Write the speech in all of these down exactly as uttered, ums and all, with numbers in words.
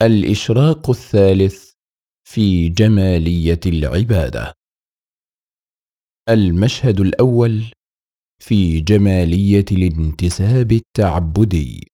الإشراق الثالث في جمالية العبادة. المشهد الأول في جمالية الانتساب التعبدي.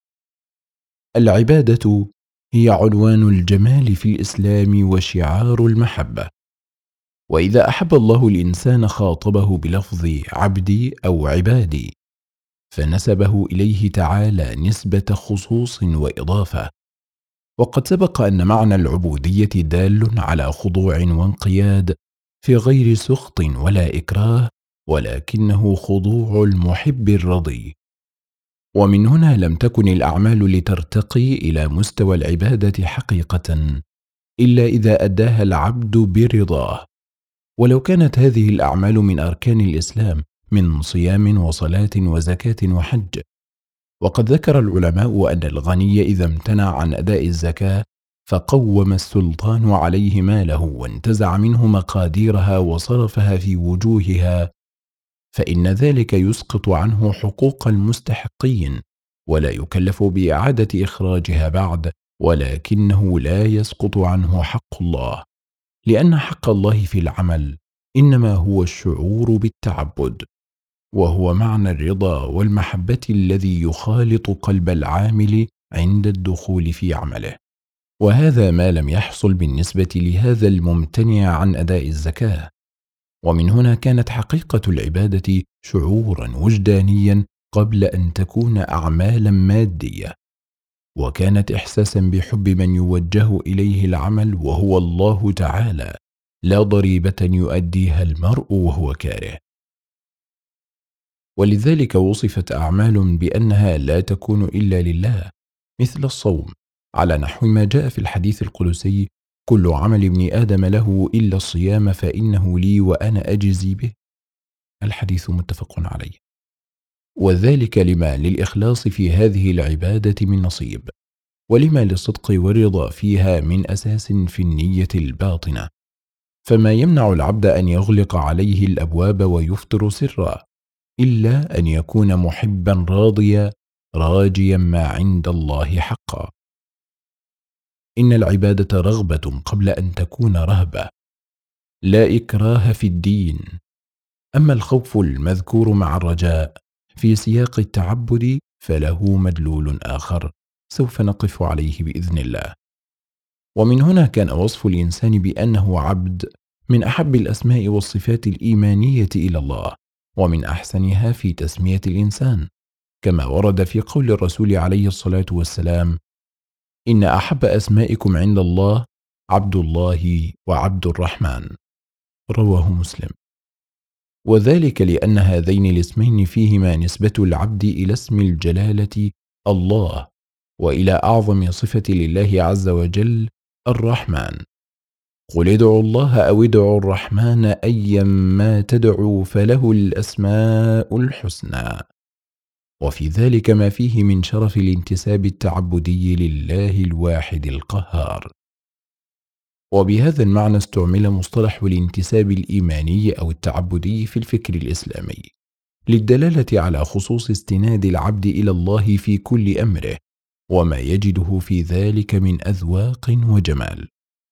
العبادة هي عنوان الجمال في الإسلام وشعار المحبة، وإذا أحب الله الإنسان خاطبه بلفظ عبدي أو عبادي، فنسبه إليه تعالى نسبة خصوص وإضافة. وقد سبق أن معنى العبودية دال على خضوع وانقياد في غير سخط ولا إكراه، ولكنه خضوع المحب الرضي. ومن هنا لم تكن الأعمال لترتقي إلى مستوى العبادة حقيقة إلا إذا أداها العبد برضاه. ولو كانت هذه الأعمال من أركان الإسلام من صيام وصلاة وزكاة وحج. وقد ذكر العلماء أن الغني إذا امتنع عن أداء الزكاة فقوم السلطان عليه ماله وانتزع منه مقاديرها وصرفها في وجوهها، فإن ذلك يسقط عنه حقوق المستحقين ولا يكلف بإعادة إخراجها بعد، ولكنه لا يسقط عنه حق الله، لأن حق الله في العمل إنما هو الشعور بالتعبد، وهو معنى الرضا والمحبة الذي يخالط قلب العامل عند الدخول في عمله. وهذا ما لم يحصل بالنسبة لهذا الممتنع عن أداء الزكاة. ومن هنا كانت حقيقة العبادة شعورا وجدانيا قبل أن تكون أعمالا مادية، وكانت إحساسا بحب من يوجه إليه العمل وهو الله تعالى، لا ضريبة يؤديها المرء وهو كاره. ولذلك وصفت أعمال بأنها لا تكون إلا لله، مثل الصوم، على نحو ما جاء في الحديث القدسي: كل عمل ابن آدم له إلا الصيام فإنه لي وأنا أجزي به. الحديث متفق عليه. وذلك لما للإخلاص في هذه العبادة من نصيب، ولما للصدق والرضا فيها من أساس في النية الباطنة، فما يمنع العبد أن يغلق عليه الأبواب ويفطر سرا إلا أن يكون محبا راضيا راجيا ما عند الله حقا. إن العبادة رغبة قبل أن تكون رهبة، لا إكراه في الدين. أما الخوف المذكور مع الرجاء في سياق التعبد فله مدلول آخر سوف نقف عليه بإذن الله. ومن هنا كان وصف الإنسان بأنه عبد من أحب الأسماء والصفات الإيمانية إلى الله، ومن أحسنها في تسمية الإنسان، كما ورد في قول الرسول عليه الصلاة والسلام: إن أحب أسمائكم عند الله عبد الله وعبد الرحمن. رواه مسلم. وذلك لأن هذين الاسمين فيهما نسبة العبد إلى اسم الجلالة الله، وإلى أعظم صفة لله عز وجل الرحمن: قل ادعوا الله أو ادعوا الرحمن أيما تدعوا فله الأسماء الحسنى. وفي ذلك ما فيه من شرف الانتساب التعبدي لله الواحد القهار. وبهذا المعنى استعمل مصطلح الانتساب الإيماني أو التعبدي في الفكر الإسلامي، للدلالة على خصوص استناد العبد إلى الله في كل أمره، وما يجده في ذلك من أذواق وجمال.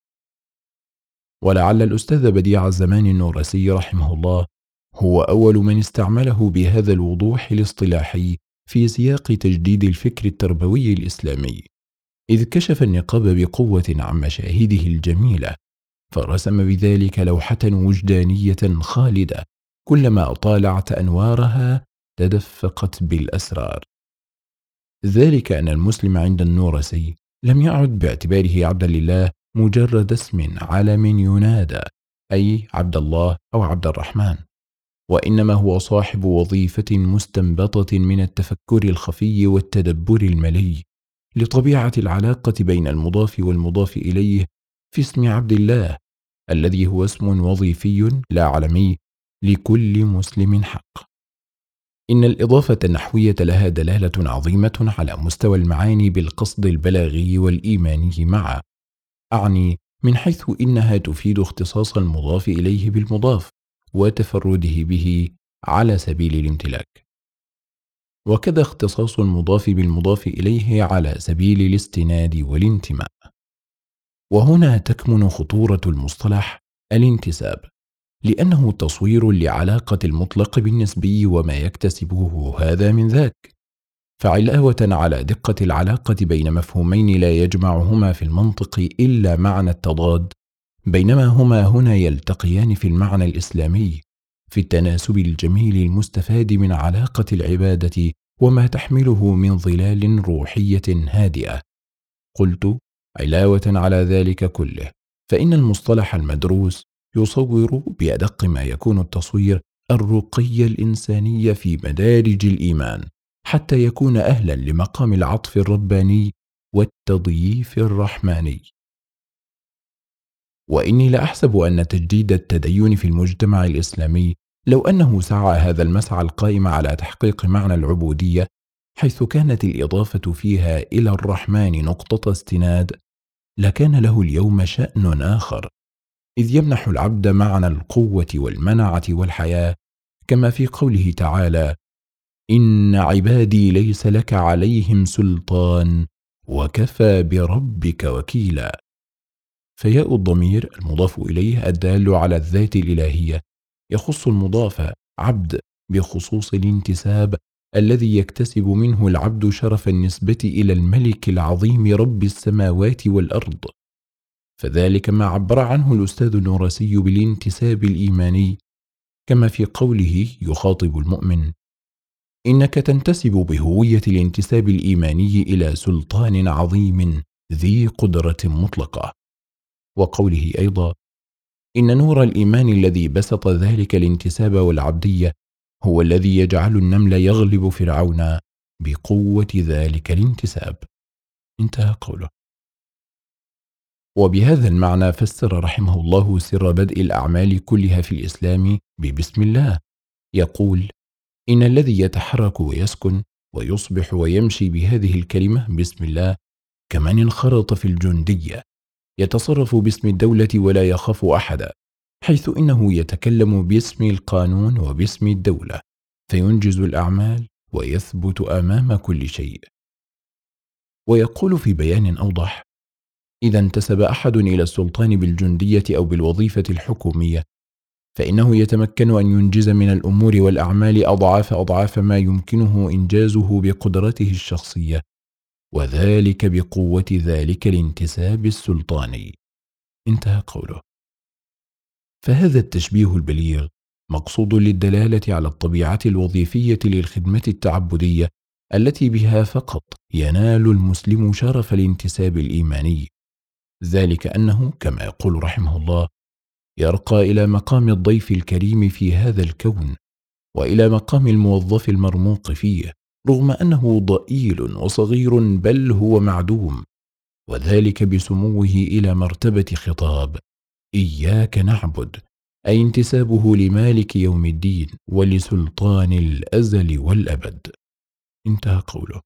ولعل الأستاذ بديع الزمان النورسي رحمه الله هو أول من استعمله بهذا الوضوح الاصطلاحي في سياق تجديد الفكر التربوي الإسلامي، إذ كشف النقاب بقوة عن مشاهده الجميلة، فرسم بذلك لوحة وجدانية خالدة كلما طالعت أنوارها تدفقت بالأسرار. ذلك أن المسلم عند النورسي لم يعد باعتباره عبدا لله مجرد اسم علم ينادى، أي عبد الله أو عبد الرحمن، وإنما هو صاحب وظيفة مستنبطة من التفكر الخفي والتدبر الملي لطبيعة العلاقة بين المضاف والمضاف إليه في اسم عبد الله، الذي هو اسم وظيفي لا علمي لكل مسلم حق. إن الإضافة النحوية لها دلالة عظيمة على مستوى المعاني بالقصد البلاغي والإيماني معا، أعني من حيث إنها تفيد اختصاص المضاف إليه بالمضاف وتفرده به على سبيل الامتلاك، وكذا اختصاص المضاف بالمضاف إليه على سبيل الاستناد والانتماء. وهنا تكمن خطورة المصطلح الانتساب، لأنه تصوير لعلاقة المطلق بالنسبي وما يكتسبه هذا من ذاك، فعلاوة على دقة العلاقة بين مفهومين لا يجمعهما في المنطق إلا معنى التضاد، بينما هما هنا يلتقيان في المعنى الإسلامي في التناسب الجميل المستفاد من علاقة العبادة وما تحمله من ظلال روحية هادئة. قلت: علاوة على ذلك كله، فإن المصطلح المدروس يصور بأدق ما يكون التصوير الرقي الإنساني في مدارج الإيمان، حتى يكون أهلا لمقام العطف الرباني والتضييف الرحماني. وإني لأحسب أن تجديد التدين في المجتمع الإسلامي، لو أنه سعى هذا المسعى القائم على تحقيق معنى العبودية، حيث كانت الإضافة فيها إلى الرحمن نقطة استناد، لكان له اليوم شأن آخر، إذ يمنح العبد معنى القوة والمنعة والحياة، كما في قوله تعالى: إن عبادي ليس لك عليهم سلطان وكفى بربك وكيلا. فياء الضمير المضاف إليه الدال على الذات الإلهية يخص المضاف عبد بخصوص الانتساب الذي يكتسب منه العبد شرف النسبة إلى الملك العظيم رب السماوات والأرض، فذلك ما عبر عنه الأستاذ النورسي بالانتساب الإيماني، كما في قوله يخاطب المؤمن: إنك تنتسب بهوية الانتساب الإيماني إلى سلطان عظيم ذي قدرة مطلقة. وقوله أيضا: إن نور الإيمان الذي بسط ذلك الانتساب والعبدية هو الذي يجعل النمل يغلب فرعون بقوة ذلك الانتساب. انتهى قوله. وبهذا المعنى فسر رحمه الله سر بدء الأعمال كلها في الإسلام ببسم الله، يقول: إن الذي يتحرك ويسكن ويصبح ويمشي بهذه الكلمة بسم الله كمن انخرط في الجندية، يتصرف باسم الدولة ولا يخاف أحدا، حيث إنه يتكلم باسم القانون وباسم الدولة، فينجز الأعمال ويثبت أمام كل شيء. ويقول في بيان أوضح: إذا انتسب أحد إلى السلطان بالجندية أو بالوظيفة الحكومية، فإنه يتمكن أن ينجز من الأمور والأعمال أضعاف أضعاف ما يمكنه إنجازه بقدرته الشخصية، وذلك بقوة ذلك الانتساب السلطاني. انتهى قوله. فهذا التشبيه البليغ مقصود للدلالة على الطبيعة الوظيفية للخدمة التعبدية التي بها فقط ينال المسلم شرف الانتساب الإيماني، ذلك أنه كما يقول رحمه الله: يرقى إلى مقام الضيف الكريم في هذا الكون، وإلى مقام الموظف المرموق فيه، رغم أنه ضئيل وصغير بل هو معدوم، وذلك بسموه إلى مرتبة خطاب إياك نعبد، أي انتسابه لمالك يوم الدين ولسلطان الأزل والأبد. انتهى قوله.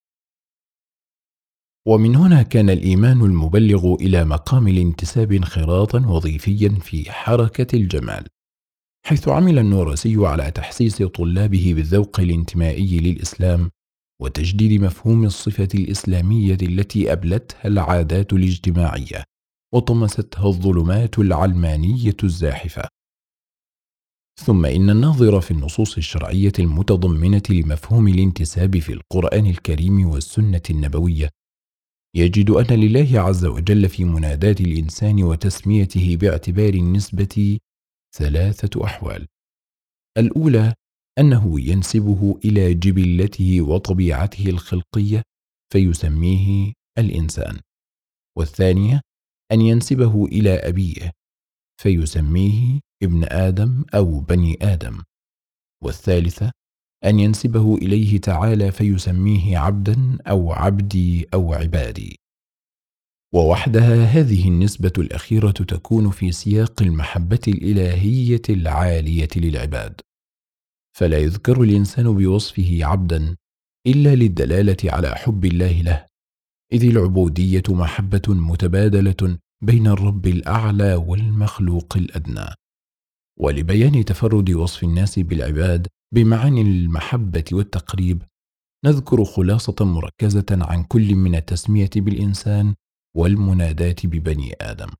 ومن هنا كان الإيمان المبلغ إلى مقام الانتساب انخراطا وظيفيا في حركة الجمال، حيث عمل النورسي على تحسيس طلابه بالذوق الانتمائي للإسلام وتجديد مفهوم الصفة الإسلامية التي أبلتها العادات الاجتماعية وطمستها الظلمات العلمانية الزاحفة. ثم إن الناظر في النصوص الشرعية المتضمنة لمفهوم الانتساب في القرآن الكريم والسنة النبوية يجد أن لله عز وجل في منادات الإنسان وتسميته باعتبار النسبة ثلاثة أحوال: الأولى أنه ينسبه إلى جبلته وطبيعته الخلقية فيسميه الإنسان، والثانية أن ينسبه إلى أبيه فيسميه ابن آدم أو بني آدم، والثالثة أن ينسبه إليه تعالى فيسميه عبدا أو عبدي أو عبادي. ووحدها هذه النسبة الأخيرة تكون في سياق المحبة الإلهية العالية للعباد، فلا يذكر الإنسان بوصفه عبدا إلا للدلالة على حب الله له، إذ العبودية محبة متبادلة بين الرب الأعلى والمخلوق الأدنى. ولبيان تفرد وصف الناس بالعباد بمعاني المحبة والتقريب، نذكر خلاصة مركزة عن كل من التسمية بالإنسان والمناداة ببني آدم.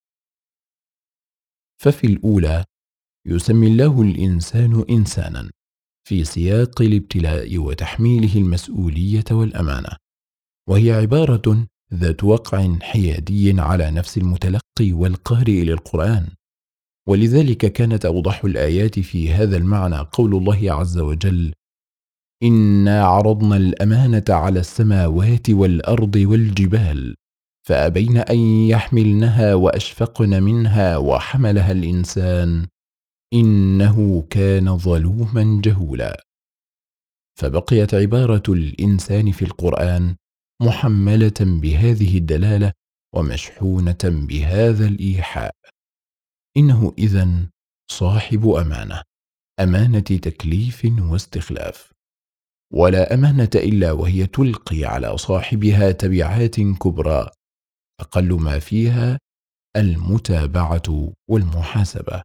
ففي الأولى يسمي الله الإنسان إنسانا في سياق الابتلاء وتحميله المسؤولية والأمانة، وهي عبارة ذات وقع حيادي على نفس المتلقي والقارئ للقرآن. ولذلك كانت أوضح الآيات في هذا المعنى قول الله عز وجل: إنا عرضنا الأمانة على السماوات والأرض والجبال فأبين أن يحملنها وأشفقن منها وحملها الإنسان إنه كان ظلوما جهولا. فبقيت عبارة الإنسان في القرآن محملة بهذه الدلالة ومشحونة بهذا الإيحاء. إنه إذن صاحب أمانة، أمانة تكليف واستخلاف، ولا أمانة إلا وهي تلقي على صاحبها تبعات كبرى أقل ما فيها المتابعة والمحاسبة.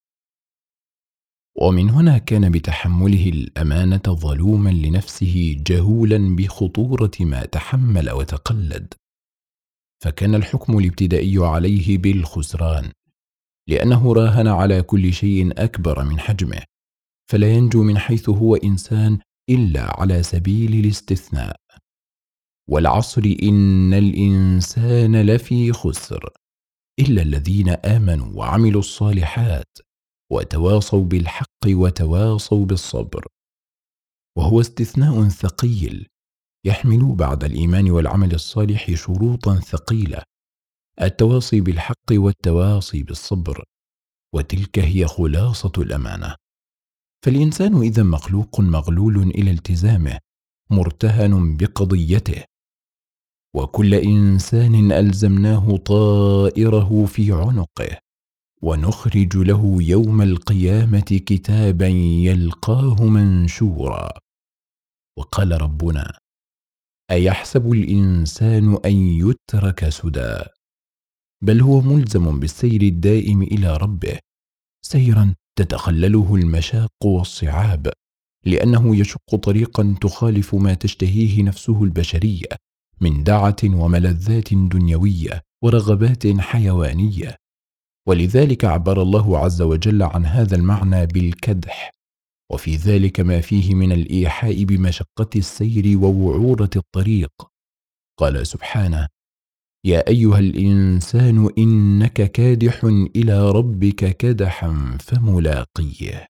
ومن هنا كان بتحمله الأمانة ظلوما لنفسه جهولا بخطورة ما تحمل وتقلد، فكان الحكم الابتدائي عليه بالخسران، لأنه راهن على كل شيء أكبر من حجمه، فلا ينجو من حيث هو إنسان إلا على سبيل الاستثناء. والعصر إن الإنسان لفي خسر إلا الذين آمنوا وعملوا الصالحات وتواصوا بالحق وتواصوا بالصبر. وهو استثناء ثقيل يحمل بعد الإيمان والعمل الصالح شروطا ثقيلة: التواصي بالحق والتواصي بالصبر، وتلك هي خلاصة الأمانة. فالإنسان إذا مخلوق مغلول إلى التزامه، مرتهن بقضيته، وكل إنسان ألزمناه طائره في عنقه، ونخرج له يوم القيامة كتابا يلقاه منشورا. وقال ربنا: أيحسب الإنسان أن يترك سدى، بل هو ملزم بالسير الدائم إلى ربه، سيرا تتخلله المشاق والصعاب، لأنه يشق طريقا تخالف ما تشتهيه نفسه البشرية من دعة وملذات دنيوية ورغبات حيوانية. ولذلك عبر الله عز وجل عن هذا المعنى بالكدح، وفي ذلك ما فيه من الإيحاء بمشقة السير ووعورة الطريق. قال سبحانه: يا أيها الإنسان إنك كادح إلى ربك كدحا فملاقيه.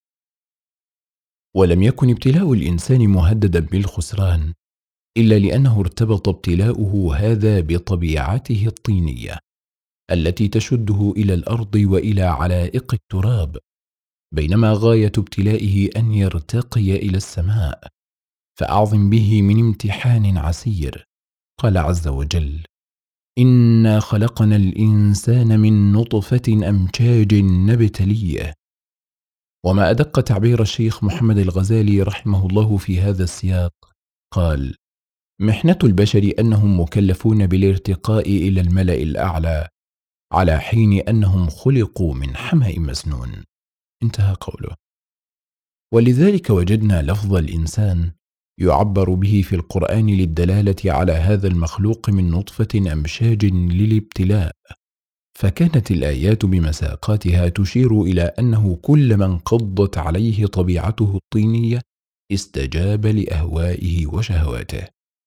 ولم يكن ابتلاء الإنسان مهددا بالخسران إلا لأنه ارتبط ابتلاؤه هذا بطبيعته الطينية التي تشده إلى الأرض وإلى علائق التراب، بينما غاية ابتلائه أن يرتقي إلى السماء، فأعظم به من امتحان عسير. قال عز وجل: إنا خلقنا الإنسان من نطفة أمشاج نبتليه. وما أدق تعبير الشيخ محمد الغزالي رحمه الله في هذا السياق، قال: محنة البشر أنهم مكلفون بالارتقاء إلى الملأ الأعلى على حين أنهم خلقوا من حمأ مسنون. انتهى قوله. ولذلك وجدنا لفظ الإنسان يعبر به في القرآن للدلالة على هذا المخلوق من نطفة أمشاج للابتلاء، فكانت الآيات بمساقاتها تشير إلى أنه كل من قضت عليه طبيعته الطينية استجاب لأهوائه وشهواته.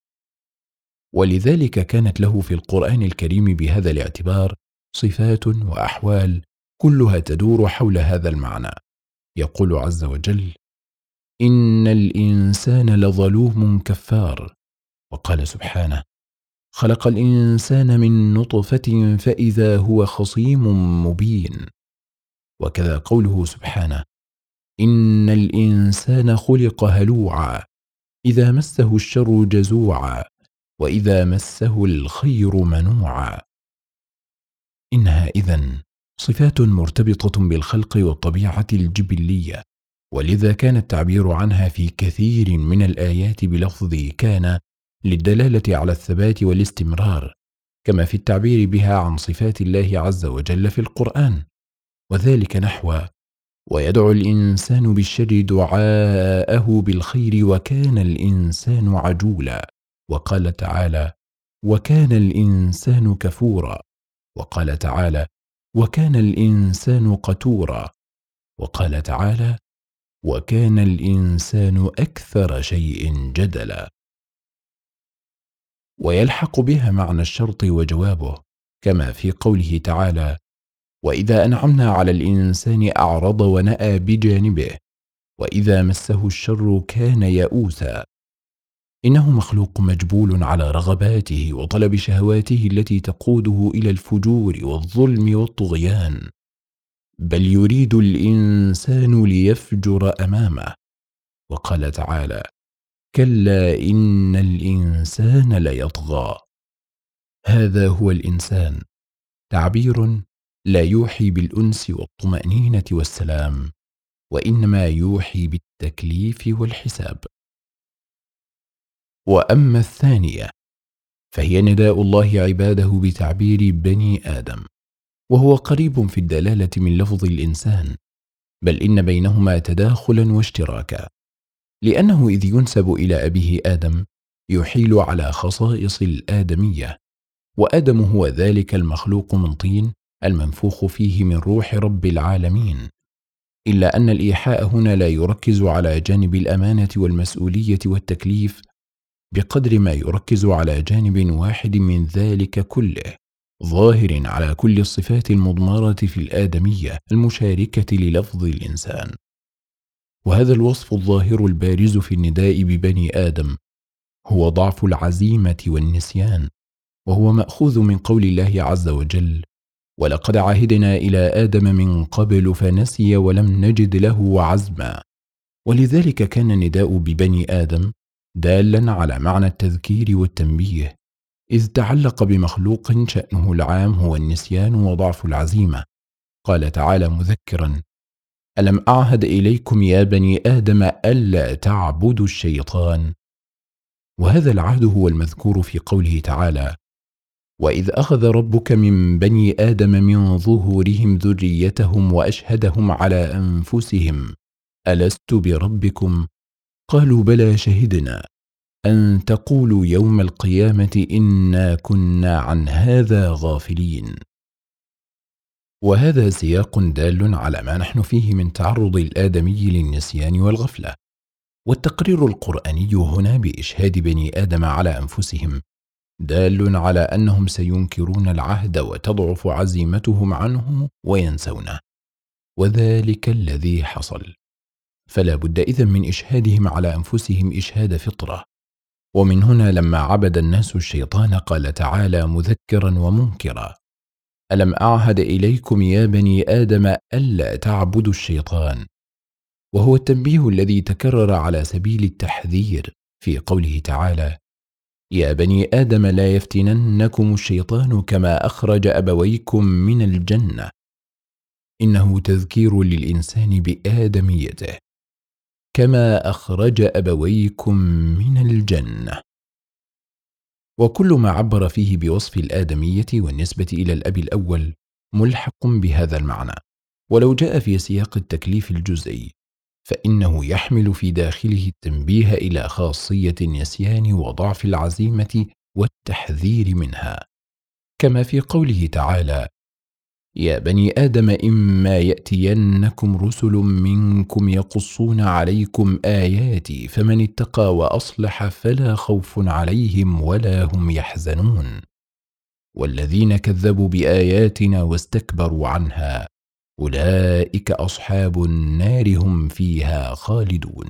ولذلك كانت له في القرآن الكريم بهذا الاعتبار صفات وأحوال كلها تدور حول هذا المعنى. يقول عز وجل: إن الإنسان لظلوم كفار. وقال سبحانه: خلق الإنسان من نطفة فإذا هو خصيم مبين. وكذا قوله سبحانه: إن الإنسان خلق هلوعا إذا مسه الشر جزوعا وإذا مسه الخير منوعا. إنها إذن صفات مرتبطة بالخلق والطبيعة الجبلية، ولذا كان التعبير عنها في كثير من الآيات بلفظ كان للدلالة على الثبات والاستمرار، كما في التعبير بها عن صفات الله عز وجل في القرآن، وذلك نحو: ويدعو الإنسان بالشر دعاءه بالخير وكان الإنسان عجولا. وقال تعالى: وكان الإنسان كفورا. وقال تعالى: وكان الإنسان قتورا. وقال تعالى: وكان الإنسان أكثر شيء جدلا. ويلحق بها معنى الشرط وجوابه، كما في قوله تعالى: وإذا أنعمنا على الإنسان أعرض ونأى بجانبه وإذا مسه الشر كان يئوسا. إنه مخلوق مجبول على رغباته وطلب شهواته التي تقوده إلى الفجور والظلم والطغيان، بل يريد الإنسان ليفجر أمامه. وقال تعالى: كلا إن الإنسان ليطغى. هذا هو الإنسان، تعبير لا يوحي بالأنس والطمأنينة والسلام، وإنما يوحي بالتكليف والحساب. وأما الثانية فهي نداء الله عباده بتعبير بني آدم، وهو قريب في الدلالة من لفظ الإنسان، بل إن بينهما تداخلا واشتراكا، لأنه إذ ينسب إلى أبيه آدم يحيل على خصائص الآدمية، وآدم هو ذلك المخلوق من طين المنفوخ فيه من روح رب العالمين، إلا أن الإيحاء هنا لا يركز على جانب الأمانة والمسؤولية والتكليف بقدر ما يركز على جانب واحد من ذلك كله، ظاهر على كل الصفات المضمرة في الآدمية المشاركة للفظ الإنسان. وهذا الوصف الظاهر البارز في النداء ببني آدم هو ضعف العزيمة والنسيان، وهو مأخوذ من قول الله عز وجل: ولقد عهدنا إلى آدم من قبل فنسي ولم نجد له عزما. ولذلك كان النداء ببني آدم دالا على معنى التذكير والتنبيه، إذ تعلق بمخلوق شأنه العام هو النسيان وضعف العزيمة. قال تعالى مذكرا: ألم أعهد إليكم يا بني آدم ألا تعبدوا الشيطان. وهذا العهد هو المذكور في قوله تعالى: وإذ أخذ ربك من بني آدم من ظهورهم ذريتهم وأشهدهم على أنفسهم ألست بربكم قالوا بلى شهدنا أن تقولوا يوم القيامة إنا كنا عن هذا غافلين. وهذا سياق دال على ما نحن فيه من تعرض الآدمي للنسيان والغفلة، والتقرير القرآني هنا بإشهاد بني آدم على أنفسهم دال على أنهم سينكرون العهد وتضعف عزيمتهم عنه وينسونه، وذلك الذي حصل. فلا بد إذن من إشهادهم على أنفسهم إشهاد فطرة. ومن هنا لما عبد الناس الشيطان قال تعالى مذكرا ومنكرا: ألم أعهد إليكم يا بني آدم ألا تعبدوا الشيطان. وهو التنبيه الذي تكرر على سبيل التحذير في قوله تعالى: يا بني آدم لا يفتننكم الشيطان كما أخرج أبويكم من الجنة. إنه تذكير للإنسان بآدميته، كما أخرج أبويكم من الجنة. وكل ما عبر فيه بوصف الآدمية والنسبة إلى الأب الأول ملحق بهذا المعنى، ولو جاء في سياق التكليف الجزئي فإنه يحمل في داخله التنبيه إلى خاصية النسيان وضعف العزيمة والتحذير منها، كما في قوله تعالى: يا بني آدم إما يأتينكم رسل منكم يقصون عليكم آياتي فمن اتقى وأصلح فلا خوف عليهم ولا هم يحزنون، والذين كذبوا بآياتنا واستكبروا عنها أولئك أصحاب النار هم فيها خالدون.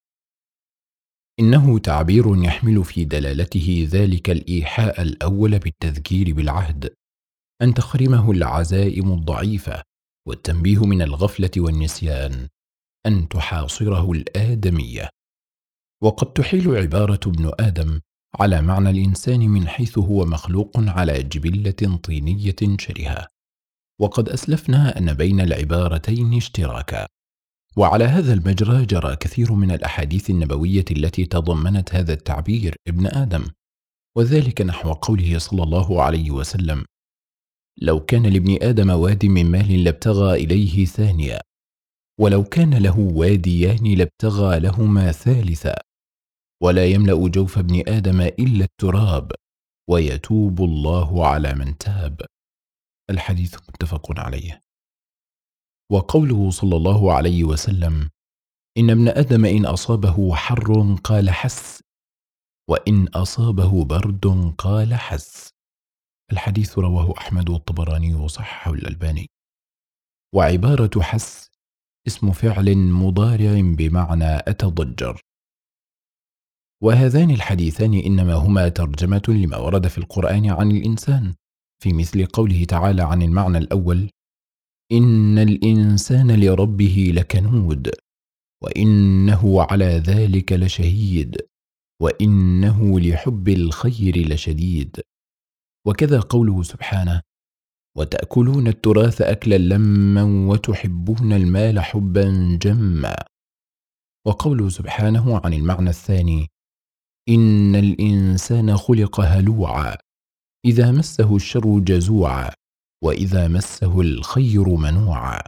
إنه تعبير يحمل في دلالته ذلك الإيحاء الأول بالتذكير بالعهد، أن تخرمه العزائم الضعيفة، والتنبيه من الغفلة والنسيان أن تحاصره الآدمية. وقد تحيل عبارة ابن آدم على معنى الإنسان من حيث هو مخلوق على جبلة طينية شرهة، وقد أسلفنا أن بين العبارتين اشتراكا. وعلى هذا المجرى جرى كثير من الأحاديث النبوية التي تضمنت هذا التعبير ابن آدم، وذلك نحو قوله صلى الله عليه وسلم: لو كان لابن آدم واد من مال لابتغى إليه ثانيا، ولو كان له واديان لابتغى لهما ثالثا، ولا يملأ جوف ابن آدم إلا التراب، ويتوب الله على من تاب. الحديث متفق عليه. وقوله صلى الله عليه وسلم: إن ابن آدم إن أصابه حر قال حس، وإن أصابه برد قال حس. الحديث رواه أحمد والطبراني وصححه الألباني. وعبارة حس اسم فعل مضارع بمعنى أتضجر. وهذان الحديثان إنما هما ترجمة لما ورد في القرآن عن الإنسان، في مثل قوله تعالى عن المعنى الأول: إن الإنسان لربه لكنود، وإنه على ذلك لشهيد، وإنه لحب الخير لشديد. وكذا قوله سبحانه: وتأكلون التراث أكلا لما وتحبون المال حبا جما. وقوله سبحانه عن المعنى الثاني: إن الإنسان خلق هلوعا، إذا مسه الشر جزوعا، وإذا مسه الخير منوعا.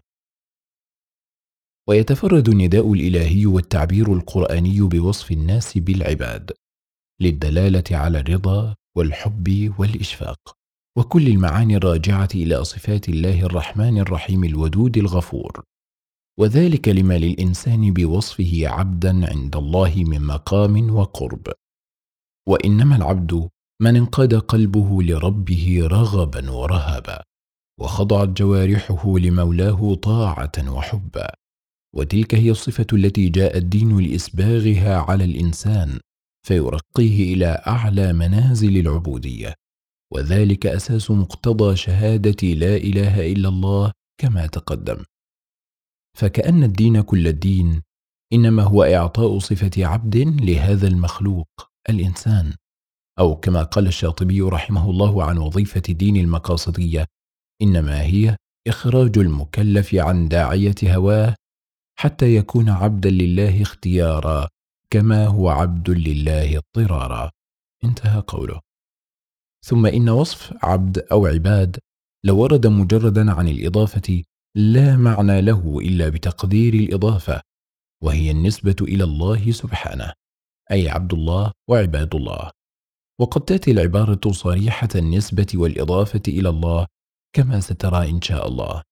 ويتفرد النداء الإلهي والتعبير القرآني بوصف الناس بالعباد، للدلالة على الرضا والحب والإشفاق، وكل المعاني الراجعة إلى صفات الله الرحمن الرحيم الودود الغفور، وذلك لما للإنسان بوصفه عبدا عند الله من مقام وقرب. وإنما العبد من انقاد قلبه لربه رغبا ورهبا، وخضعت جوارحه لمولاه طاعة وحبا، وتلك هي الصفة التي جاء الدين لإسباغها على الإنسان، فيرقيه إلى أعلى منازل العبودية، وذلك أساس مقتضى شهادة لا إله إلا الله كما تقدم. فكأن الدين كل الدين إنما هو إعطاء صفة عبد لهذا المخلوق الإنسان، أو كما قال الشاطبي رحمه الله عن وظيفة دين المقاصدية: إنما هي إخراج المكلف عن داعية هواه حتى يكون عبدا لله اختيارا، كما هو عبد لله اضطرارا. انتهى قوله. ثم إن وصف عبد أو عباد لو ورد مجردا عن الإضافة لا معنى له إلا بتقدير الإضافة، وهي النسبة إلى الله سبحانه، أي عبد الله وعباد الله. وقد تأتي العبارة صريحة النسبة والإضافة إلى الله كما سترى إن شاء الله.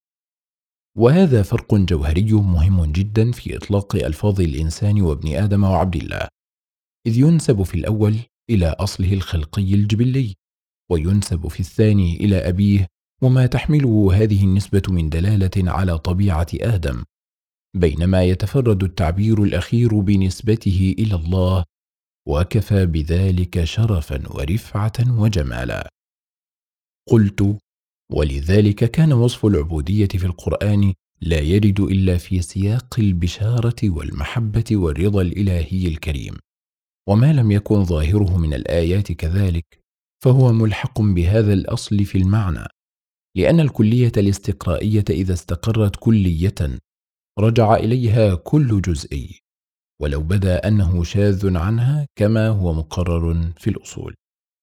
وهذا فرق جوهري مهم جدا في إطلاق ألفاظ الإنسان وابن آدم وعبد الله، إذ ينسب في الأول إلى أصله الخلقي الجبلي، وينسب في الثاني إلى أبيه وما تحمله هذه النسبة من دلالة على طبيعة آدم، بينما يتفرد التعبير الأخير بنسبته إلى الله، وكفى بذلك شرفا ورفعة وجمالا. قلت: ولذلك كان وصف العبودية في القرآن لا يرد إلا في سياق البشارة والمحبة والرضا الإلهي الكريم، وما لم يكن ظاهره من الآيات كذلك فهو ملحق بهذا الأصل في المعنى، لأن الكلية الاستقرائية إذا استقرت كلية رجع إليها كل جزئي، ولو بدا أنه شاذ عنها كما هو مقرر في الأصول.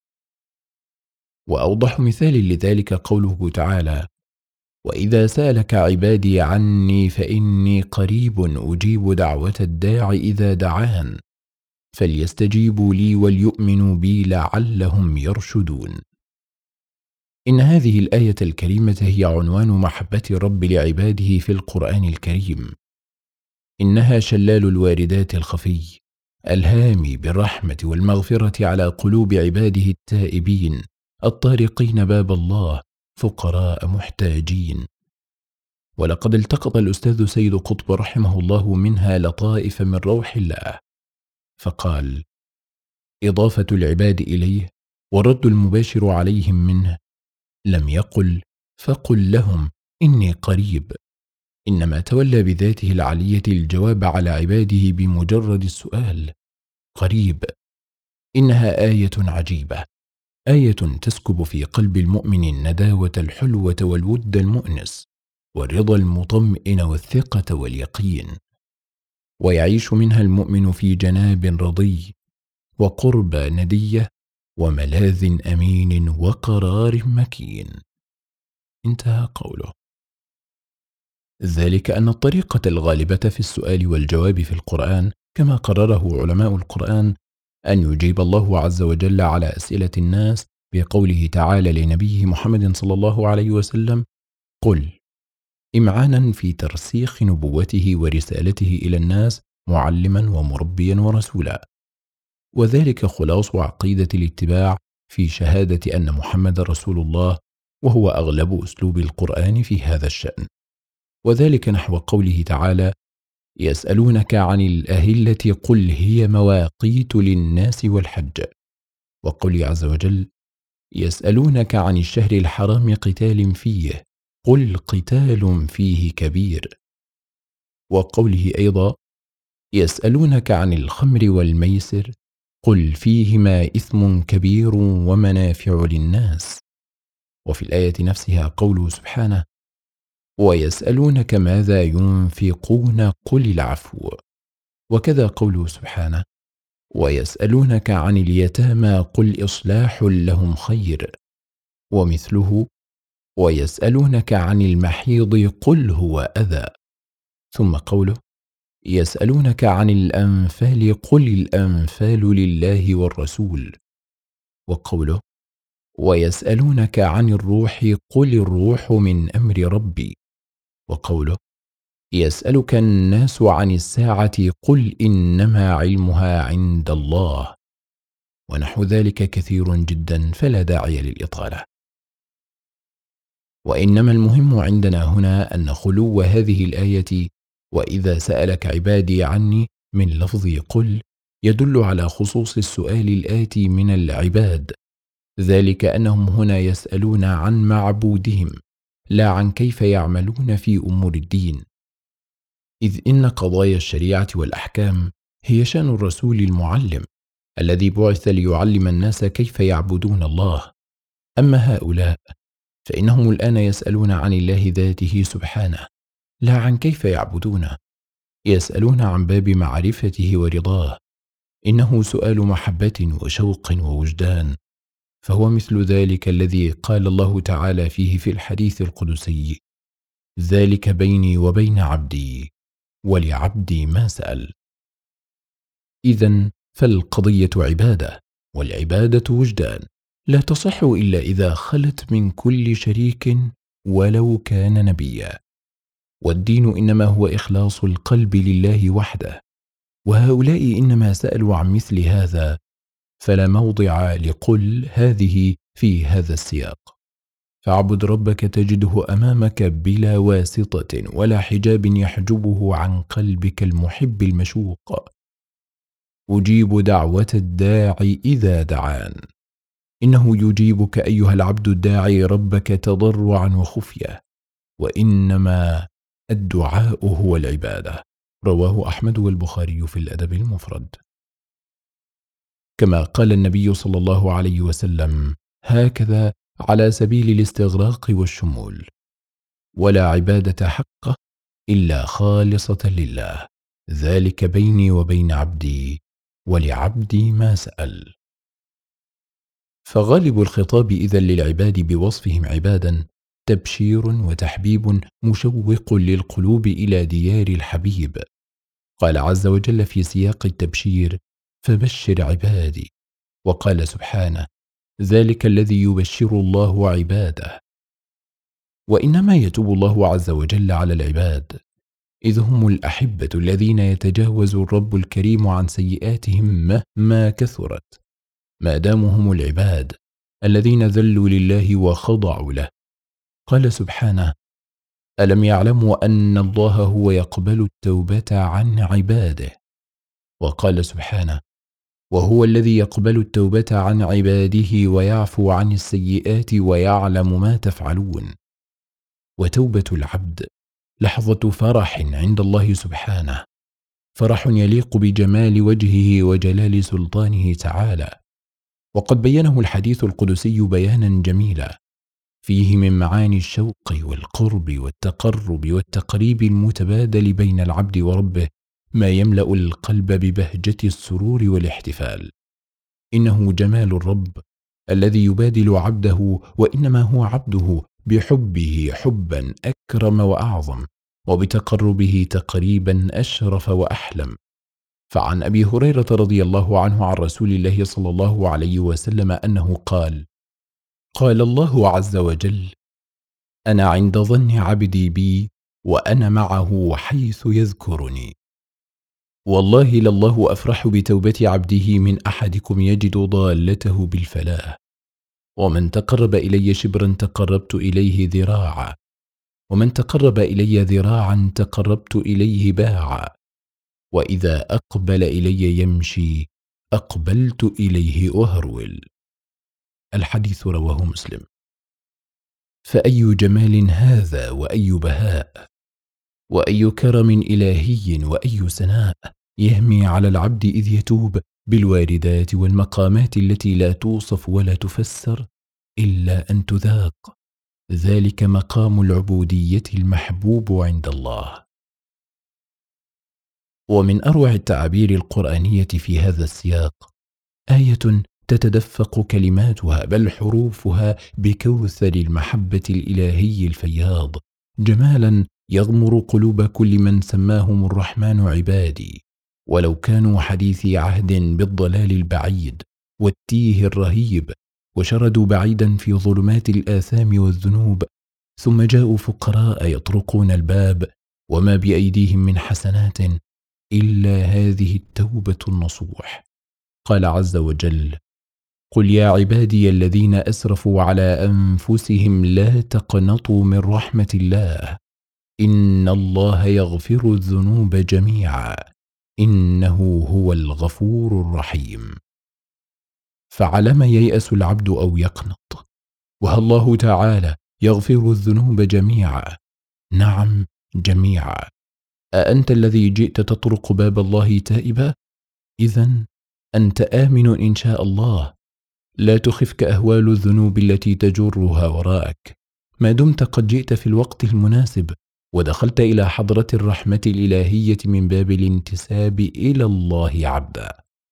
وأوضح مثال لذلك قوله تعالى: وإذا سألك عبادي عني فإني قريب أجيب دعوة الداع إذا دعان فليستجيبوا لي وليؤمنوا بي لعلهم يرشدون. إن هذه الآية الكريمة هي عنوان محبة الرب لعباده في القرآن الكريم، إنها شلال الواردات الخفي الهامي بالرحمة والمغفرة على قلوب عباده التائبين الطارقين باب الله فقراء محتاجين. ولقد التقط الأستاذ سيد قطب رحمه الله منها لطائف من روح الله، فقال: إضافة العباد إليه والرد المباشر عليهم منه، لم يقل فقل لهم إني قريب، إنما تولى بذاته العلية الجواب على عباده بمجرد السؤال: قريب. إنها آية عجيبة، آية تسكب في قلب المؤمن النداوة الحلوة والود المؤنس والرضا المطمئن والثقة واليقين، ويعيش منها المؤمن في جناب رضي وقربى ندية وملاذ أمين وقرار مكين. انتهى قوله. ذلك أن الطريقة الغالبة في السؤال والجواب في القرآن كما قرره علماء القرآن أن يجيب الله عز وجل على أسئلة الناس بقوله تعالى لنبيه محمد صلى الله عليه وسلم: قل، إمعانا في ترسيخ نبوته ورسالته إلى الناس معلما ومربيا ورسولا، وذلك خلاص عقيدة الاتباع في شهادة أن محمد رسول الله، وهو أغلب أسلوب القرآن في هذا الشأن. وذلك نحو قوله تعالى: يسألونك عن الأهلة قل هي مواقيت للناس والحج، وقوله عز وجل: يسألونك عن الشهر الحرام قتال فيه قل قتال فيه كبير، وقوله أيضا: يسألونك عن الخمر والميسر قل فيهما إثم كبير ومنافع للناس. وفي الآية نفسها قوله سبحانه: ويسألونك ماذا ينفقون قل العفو، وكذا قوله سبحانه: ويسألونك عن اليتامى قل إصلاح لهم خير، ومثله: ويسألونك عن المحيض قل هو أذى. ثم قوله: يسألونك عن الأنفال قل الأنفال لله والرسول، وقوله: ويسألونك عن الروح قل الروح من أمر ربي، وقوله: يسألك الناس عن الساعة قل إنما علمها عند الله، ونحو ذلك كثير جدا فلا داعي للإطالة. وإنما المهم عندنا هنا أن خلو هذه الآية وإذا سألك عبادي عني من لفظ قل يدل على خصوص السؤال الآتي من العباد، ذلك أنهم هنا يسألون عن معبودهم لا عن كيف يعملون في أمور الدين، إذ إن قضايا الشريعة والأحكام هي شأن الرسول المعلم الذي بعث ليعلم الناس كيف يعبدون الله. أما هؤلاء فإنهم الآن يسألون عن الله ذاته سبحانه لا عن كيف يعبدونه، يسألون عن باب معرفته ورضاه، إنه سؤال محبة وشوق ووجدان، فهو مثل ذلك الذي قال الله تعالى فيه في الحديث القدسي: ذلك بيني وبين عبدي ولعبدي ما سأل. إذن فالقضية عبادة، والعبادة وجدان، لا تصح إلا إذا خلت من كل شريك ولو كان نبيا، والدين إنما هو إخلاص القلب لله وحده، وهؤلاء إنما سألوا عن مثل هذا، فلا موضع لقل هذه في هذا السياق. فاعبد ربك تجده أمامك بلا واسطة ولا حجاب يحجبه عن قلبك المحب المشوق. أجيب دعوة الداعي إذا دعان، إنه يجيبك أيها العبد الداعي ربك تضرعا وخفية، وإنما الدعاء هو العبادة. رواه أحمد والبخاري في الأدب المفرد. كما قال النبي صلى الله عليه وسلم هكذا على سبيل الاستغراق والشمول: ولا عبادة حقه إلا خالصة لله، ذلك بيني وبين عبدي ولعبدي ما سأل. فغالب الخطاب إذن للعباد بوصفهم عبادا تبشير وتحبيب مشوق للقلوب إلى ديار الحبيب. قال عز وجل في سياق التبشير: فبشر عبادي، وقال سبحانه: ذلك الذي يبشر الله عباده. وإنما يتوب الله عز وجل على العباد، إذ هم الأحبة الذين يتجاوز الرب الكريم عن سيئاتهم مهما كثرت، ما داموا هم العباد الذين ذلوا لله وخضعوا له. قال سبحانه: ألم يعلموا أن الله هو يقبل التوبة عن عباده. وقال سبحانه: وهو الذي يقبل التوبة عن عباده ويعفو عن السيئات ويعلم ما تفعلون. وتوبة العبد لحظة فرح عند الله سبحانه، فرح يليق بجمال وجهه وجلال سلطانه تعالى، وقد بينه الحديث القدسي بيانا جميلا فيه من معاني الشوق والقرب والتقرب والتقريب المتبادل بين العبد وربه ما يملأ القلب ببهجة السرور والاحتفال. إنه جمال الرب الذي يبادل عبده، وإنما هو عبده بحبه حبا أكرم وأعظم، وبتقربه تقريبا أشرف وأحلم. فعن أبي هريرة رضي الله عنه عن رسول الله صلى الله عليه وسلم أنه قال: قال الله عز وجل: أنا عند ظن عبدي بي وأنا معه حيث يذكرني. والله لله أفرح بتوبة عبده من أحدكم يجد ضالته بالفلاح. ومن تقرب إلي شبرا تقربت إليه ذراعا، ومن تقرب إلي ذراعا تقربت إليه باعا، وإذا أقبل إلي يمشي أقبلت إليه أهرول. الحديث رواه مسلم. فأي جمال هذا، وأي بهاء، وأي كرم إلهي، وأي سناء يهمي على العبد إذ يتوب بالواردات والمقامات التي لا توصف ولا تفسر إلا أن تذاق. ذلك مقام العبودية المحبوب عند الله. ومن أروع التعابير القرآنية في هذا السياق آية تتدفق كلماتها بل حروفها بكوثر المحبة الإلهي الفياض جمالا يغمر قلوب كل من سماهم الرحمن عبادي، ولو كانوا حديثي عهد بالضلال البعيد والتيه الرهيب، وشردوا بعيدا في ظلمات الآثام والذنوب، ثم جاءوا فقراء يطرقون الباب وما بأيديهم من حسنات إلا هذه التوبة النصوح. قال عز وجل: قل يا عبادي الذين أسرفوا على أنفسهم لا تقنطوا من رحمة الله إن الله يغفر الذنوب جميعا إنه هو الغفور الرحيم. فعلما ييأس العبد أو يقنط، وها الله تعالى يغفر الذنوب جميعا؟ نعم جميعا. أأنت الذي جئت تطرق باب الله تائبا؟ إذن أنت آمن إن شاء الله، لا تخفك أهوال الذنوب التي تجرها وراءك، ما دمت قد جئت في الوقت المناسب ودخلت إلى حضرة الرحمة الإلهية من باب الانتساب إلى الله عبدا.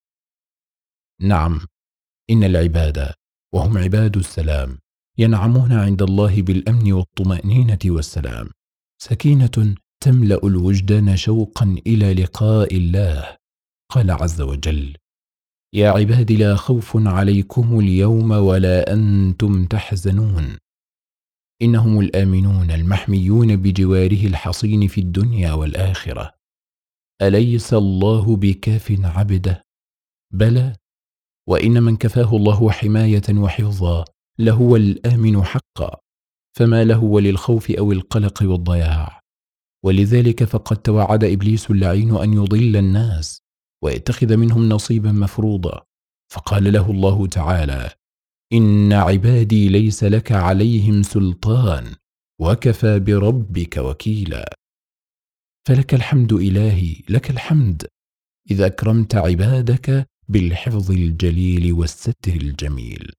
نعم، إن العباد وهم عباد السلام ينعمون عند الله بالأمن والطمأنينة والسلام، سكينة تملأ الوجدان شوقا إلى لقاء الله. قال عز وجل: يا عباد لا خوف عليكم اليوم ولا أنتم تحزنون. إنهم الآمنون المحميون بجواره الحصين في الدنيا والآخرة. أليس الله بكاف عبده؟ بلى، وإن من كفاه الله حماية وحفظا لهو الآمن حقا، فما له وللخوف أو القلق والضياع. ولذلك فقد توعد إبليس اللعين أن يضل الناس ويتخذ منهم نصيبا مفروضا، فقال له الله تعالى: إن عبادي ليس لك عليهم سلطان وكفى بربك وكيلا. فلك الحمد إلهي، لك الحمد إذا أكرمت عبادك بالحفظ الجليل والستر الجميل.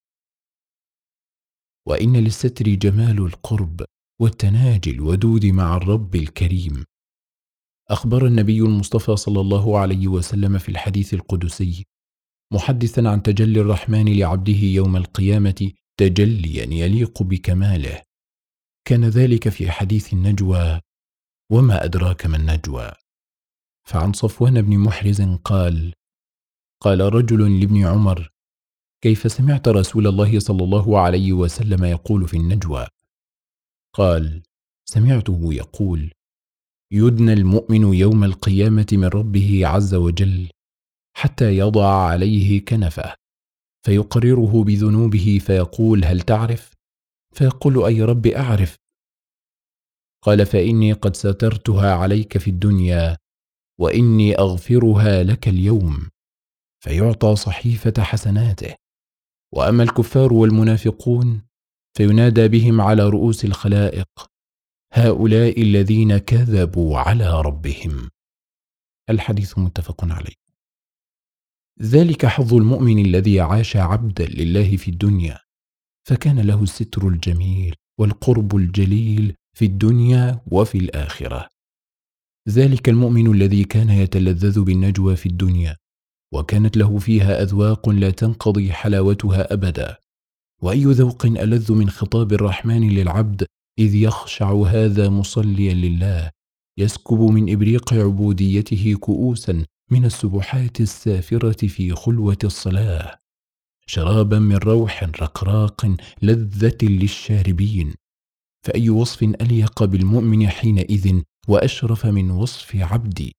وإن للستر جمال القرب والتناجي الودود مع الرب الكريم. أخبر النبي المصطفى صلى الله عليه وسلم في الحديث القدسي محدثا عن تجلي الرحمن لعبده يوم القيامة تجليا يليق بكماله، كان ذلك في حديث النجوى: وما أدراك ما النجوى. فعن صفوان بن محرز قال: قال رجل لابن عمر: كيف سمعت رسول الله صلى الله عليه وسلم يقول في النجوى؟ قال: سمعته يقول: يدنى المؤمن يوم القيامة من ربه عز وجل حتى يضع عليه كنفه فيقرره بذنوبه فيقول: هل تعرف؟ فيقول: أي رب أعرف. قال: فإني قد سترتها عليك في الدنيا وإني أغفرها لك اليوم. فيعطى صحيفة حسناته. وأما الكفار والمنافقون فينادى بهم على رؤوس الخلائق: هؤلاء الذين كذبوا على ربهم. الحديث متفق عليه. ذلك حظ المؤمن الذي عاش عبدا لله في الدنيا، فكان له الستر الجميل والقرب الجليل في الدنيا وفي الآخرة. ذلك المؤمن الذي كان يتلذذ بالنجوى في الدنيا، وكانت له فيها أذواق لا تنقضي حلاوتها أبدا. وأي ذوق ألذ من خطاب الرحمن للعبد إذ يخشع هذا مصليا لله، يسكب من إبريق عبوديته كؤوسا من السبحات السافرة في خلوة الصلاة، شرابا من روح رقراق لذة للشاربين. فأي وصف أليق بالمؤمن حينئذ وأشرف من وصف عبدي.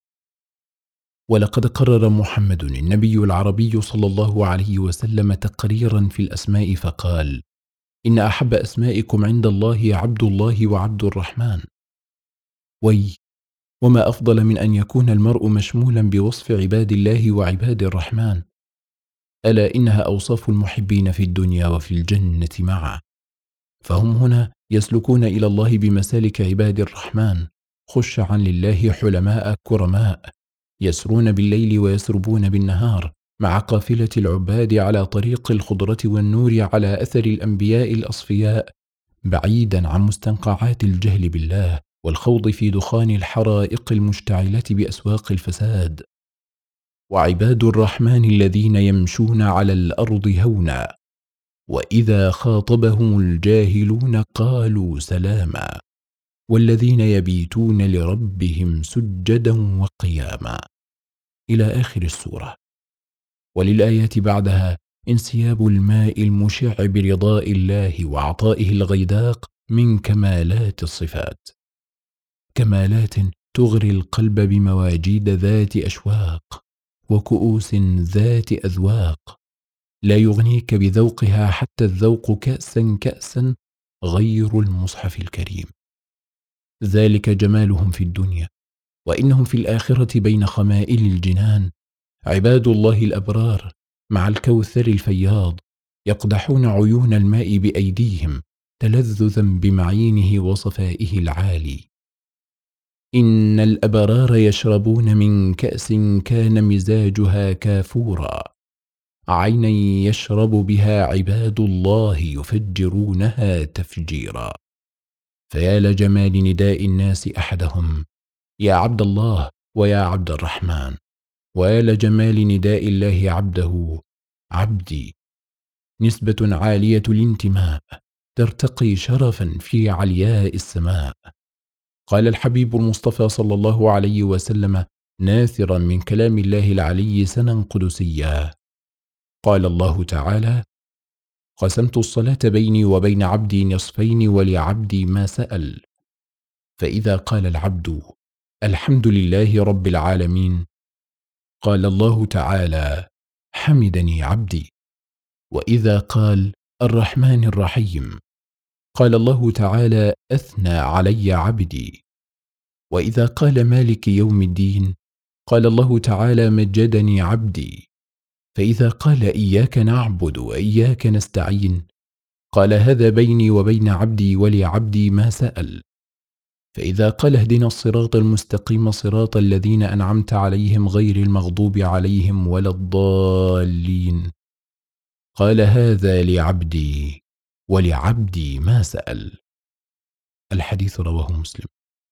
ولقد قرر محمد النبي العربي صلى الله عليه وسلم تقريرا في الأسماء فقال: إن أحب أسمائكم عند الله عبد الله وعبد الرحمن. وي وما أفضل من أن يكون المرء مشمولا بوصف عباد الله وعباد الرحمن، ألا إنها أوصاف المحبين في الدنيا وفي الجنة معا. فهم هنا يسلكون إلى الله بمسالك عباد الرحمن، خشعا لله حلماء كرماء، يسرون بالليل ويسربون بالنهار مع قافلة العباد على طريق الخضرة والنور على أثر الأنبياء الأصفياء، بعيدا عن مستنقعات الجهل بالله والخوض في دخان الحرائق المشتعلة بأسواق الفساد. وعباد الرحمن الذين يمشون على الأرض هونا، وإذا خاطبهم الجاهلون قالوا سلاما، والذين يبيتون لربهم سجدا وقياما، إلى آخر السورة. وللآيات بعدها انسياب الماء المشع برضاء الله وعطائه الغيداق من كمالات الصفات، كمالات تغري القلب بمواجيد ذات أشواق وكؤوس ذات أذواق، لا يغنيك بذوقها حتى الذوق كأسا كأسا غير المصحف الكريم. ذلك جمالهم في الدنيا، وإنهم في الآخرة بين خمائل الجنان عباد الله الأبرار مع الكوثر الفياض، يقدحون عيون الماء بأيديهم تلذذا بمعينه وصفائه العالي. إن الأبرار يشربون من كأس كان مزاجها كافورا، عينا يشرب بها عباد الله يفجرونها تفجيرا. فيا لجمال نداء الناس أحدهم: يا عبد الله ويا عبد الرحمن، ويا لجمال نداء الله عبده: عبدي. نسبة عالية الانتماء ترتقي شرفا في علياء السماء. قال الحبيب المصطفى صلى الله عليه وسلم ناثرا من كلام الله العلي سنا قدسيا: قال الله تعالى: قسمت الصلاة بيني وبين عبدي نصفين ولعبدي ما سأل. فإذا قال العبد الحمد لله رب العالمين، قال الله تعالى: حمدني عبدي. وإذا قال الرحمن الرحيم، قال الله تعالى: أثنى علي عبدي. وإذا قال مالك يوم الدين، قال الله تعالى: مجدني عبدي. فإذا قال إياك نعبد وإياك نستعين، قال: هذا بيني وبين عبدي ولعبدي ما سأل. فإذا قال اهدنا الصراط المستقيم صراط الذين أنعمت عليهم غير المغضوب عليهم ولا الضالين، قال: هذا لعبدي ولعبدي ما سأل. الحديث رواه مسلم.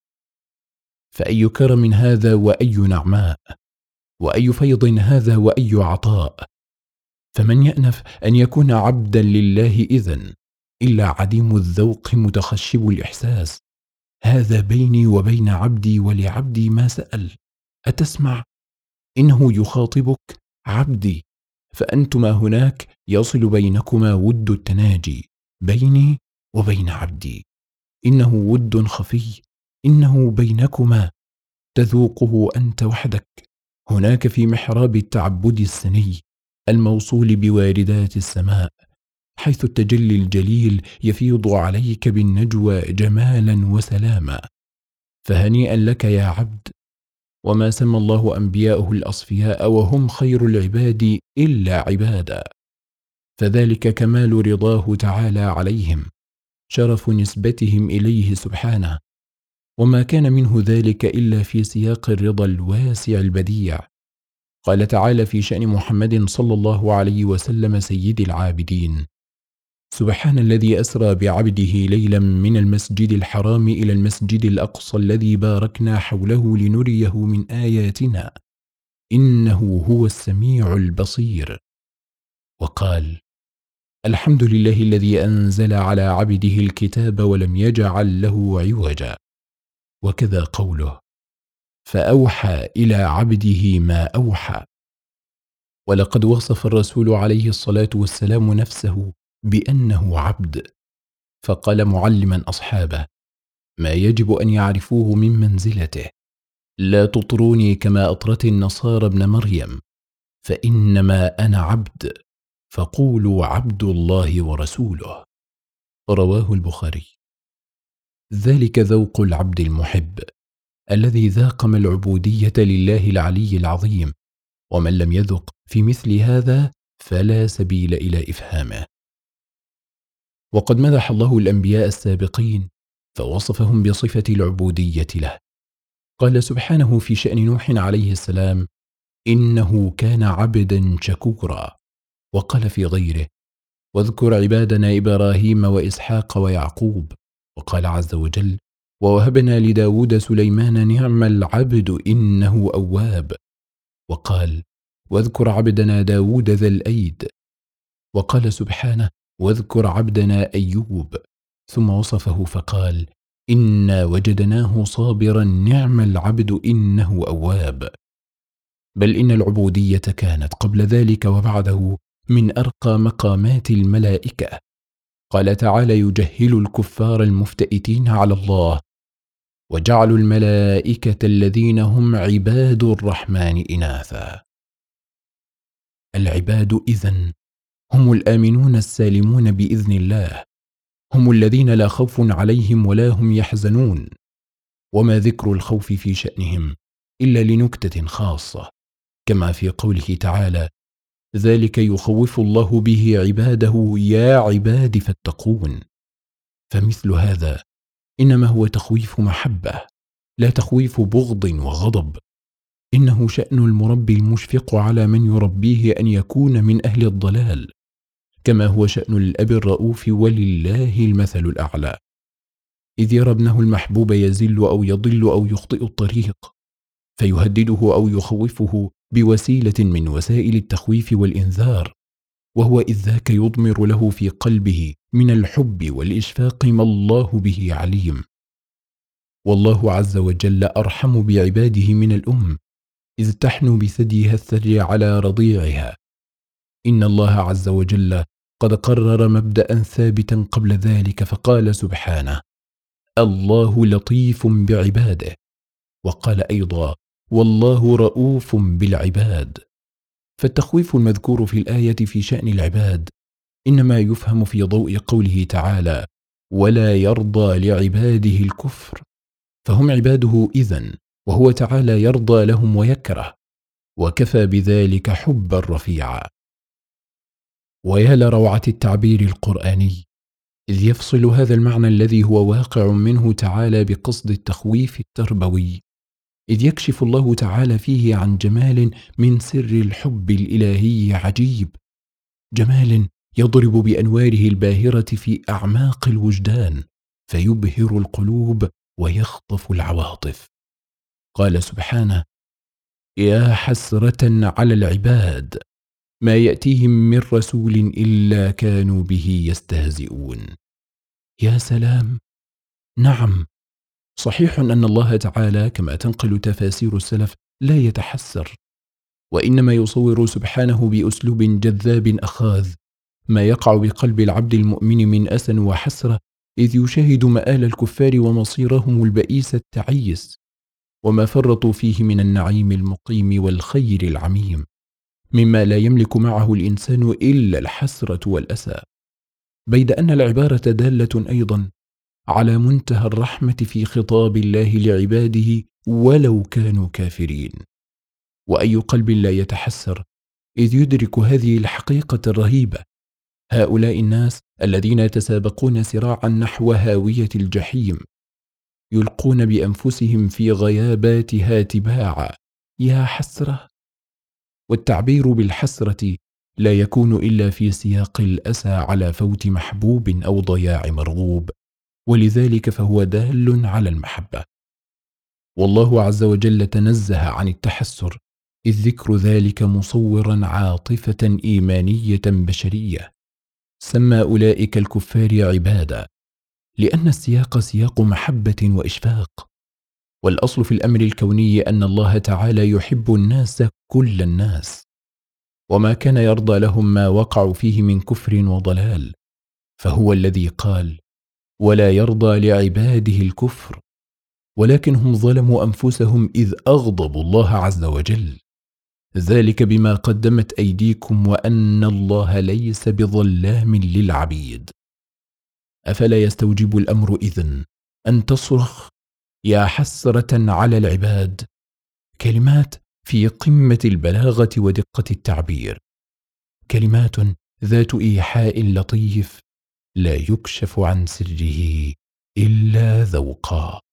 فأي كرم هذا وأي نعماء، وأي فيض هذا وأي عطاء. فمن يأنف أن يكون عبدا لله إذن إلا عديم الذوق متخشب الإحساس؟ هذا بيني وبين عبدي ولعبدي ما سأل. أتسمع؟ إنه يخاطبك عبدي، فأنتما هناك يصل بينكما ود التناجي بيني وبين عبدي. إنه ود خفي، إنه بينكما تذوقه أنت وحدك، هناك في محراب التعبد السني الموصول بواردات السماء، حيث التجلي الجليل يفيض عليك بالنجوى جمالا وسلاما. فهنيئا لك يا عبد. وما سمى الله أنبياءه الأصفياء وهم خير العباد إلا عبادا، فذلك كمال رضاه تعالى عليهم، شرف نسبتهم إليه سبحانه، وما كان منه ذلك إلا في سياق الرضا الواسع البديع. قال تعالى في شأن محمد صلى الله عليه وسلم سيد العابدين: سبحان الذي أسرى بعبده ليلا من المسجد الحرام إلى المسجد الأقصى الذي باركنا حوله لنريه من آياتنا إنه هو السميع البصير. وقال: الحمد لله الذي أنزل على عبده الكتاب ولم يجعل له عوجا. وكذا قوله: فأوحى إلى عبده ما أوحى. ولقد وصف الرسول عليه الصلاة والسلام نفسه بأنه عبد، فقال معلما أصحابه ما يجب أن يعرفوه من منزلته: لا تطروني كما أطرت النصارى ابن مريم، فإنما أنا عبد، فقولوا عبد الله ورسوله. رواه البخاري. ذلك ذوق العبد المحب الذي ذاق ما العبودية لله العلي العظيم، ومن لم يذق في مثل هذا فلا سبيل إلى إفهامه. وقد مدح الله الأنبياء السابقين فوصفهم بصفة العبودية له. قال سبحانه في شأن نوح عليه السلام: إنه كان عبدا شكورا. وقال في غيره: واذكر عبادنا إبراهيم وإسحاق ويعقوب. وقال عز وجل: ووهبنا لداود سليمان نعم العبد إنه أواب. وقال: واذكر عبدنا داود ذا الأيد. وقال سبحانه: واذكر عبدنا أيوب. ثم وصفه فقال: إنا وجدناه صابرا نعم العبد إنه أواب. بل إن العبودية كانت قبل ذلك وبعده من أرقى مقامات الملائكة. قال تعالى يجهل الكفار المفتئتين على الله: وجعلوا الملائكة الذين هم عباد الرحمن إناثا. العباد إذن هم الآمنون السالمون بإذن الله، هم الذين لا خوف عليهم ولا هم يحزنون. وما ذكر الخوف في شأنهم إلا لنكتة خاصة، كما في قوله تعالى: ذلك يخوف الله به عباده يا عباد فاتقون. فمثل هذا إنما هو تخويف محبة، لا تخويف بغض وغضب. إنه شأن المربي المشفق على من يربيه أن يكون من أهل الضلال، كما هو شأن الأب الرؤوف ولله المثل الأعلى، إذ يرى ابنه المحبوب يزل أو يضل أو يخطئ الطريق، فيهدده أو يخوفه بوسيلة من وسائل التخويف والإنذار، وهو إذ ذاك يضمر له في قلبه من الحب والإشفاق ما الله به عليم. والله عز وجل أرحم بعباده من الأم، إذ تحنو بثديها الثدي على رضيعها. إن الله عز وجل قد قرر مبدأ ثابتا قبل ذلك، فقال سبحانه: الله لطيف بعباده. وقال أيضا: والله رؤوف بالعباد. فالتخويف المذكور في الآية في شأن العباد إنما يفهم في ضوء قوله تعالى: ولا يرضى لعباده الكفر، فهم عباده إذن، وهو تعالى يرضى لهم ويكره، وكفى بذلك حبا رفيعا. ويا لروعة التعبير القرآني، إذ يفصل هذا المعنى الذي هو واقع منه تعالى بقصد التخويف التربوي، إذ يكشف الله تعالى فيه عن جمال من سر الحب الإلهي عجيب، جمال يضرب بأنواره الباهرة في أعماق الوجدان، فيبهر القلوب ويخطف العواطف. قال سبحانه: يا حسرة على العباد ما يأتيهم من رسول إلا كانوا به يستهزئون. يا سلام! نعم، صحيح أن الله تعالى كما تنقل تفاسير السلف لا يتحسر، وإنما يصور سبحانه بأسلوب جذاب أخاذ ما يقع بقلب العبد المؤمن من أسى وحسرة، إذ يشاهد مآل الكفار ومصيرهم البئيس التعيس، وما فرطوا فيه من النعيم المقيم والخير العميم، مما لا يملك معه الإنسان إلا الحسرة والأسى. بيد أن العبارة دالة أيضا على منتهى الرحمة في خطاب الله لعباده ولو كانوا كافرين. وأي قلب لا يتحسر إذ يدرك هذه الحقيقة الرهيبة؟ هؤلاء الناس الذين يتسابقون سراعا نحو هاوية الجحيم، يلقون بأنفسهم في غياباتها تباعا. يا حسرة! والتعبير بالحسرة لا يكون إلا في سياق الأسى على فوت محبوب أو ضياع مرغوب، ولذلك فهو دال على المحبة. والله عز وجل تنزه عن التحسر، إذ ذكر ذلك مصورا عاطفة إيمانية بشرية. سمى أولئك الكفار عبادا لأن السياق سياق محبة وإشفاق، والأصل في الأمر الكوني أن الله تعالى يحب الناس كل الناس، وما كان يرضى لهم ما وقعوا فيه من كفر وضلال، فهو الذي قال: ولا يرضى لعباده الكفر، ولكن هم ظلموا أنفسهم إذ أغضبوا الله عز وجل، ذلك بما قدمت أيديكم وأن الله ليس بظلام للعبيد. أفلا يستوجب الأمر إذن أن تصرخ يا حسرة على العباد؟ كلمات في قمة البلاغة ودقة التعبير، كلمات ذات إيحاء لطيف لا يكشف عن سره إلا ذوقا.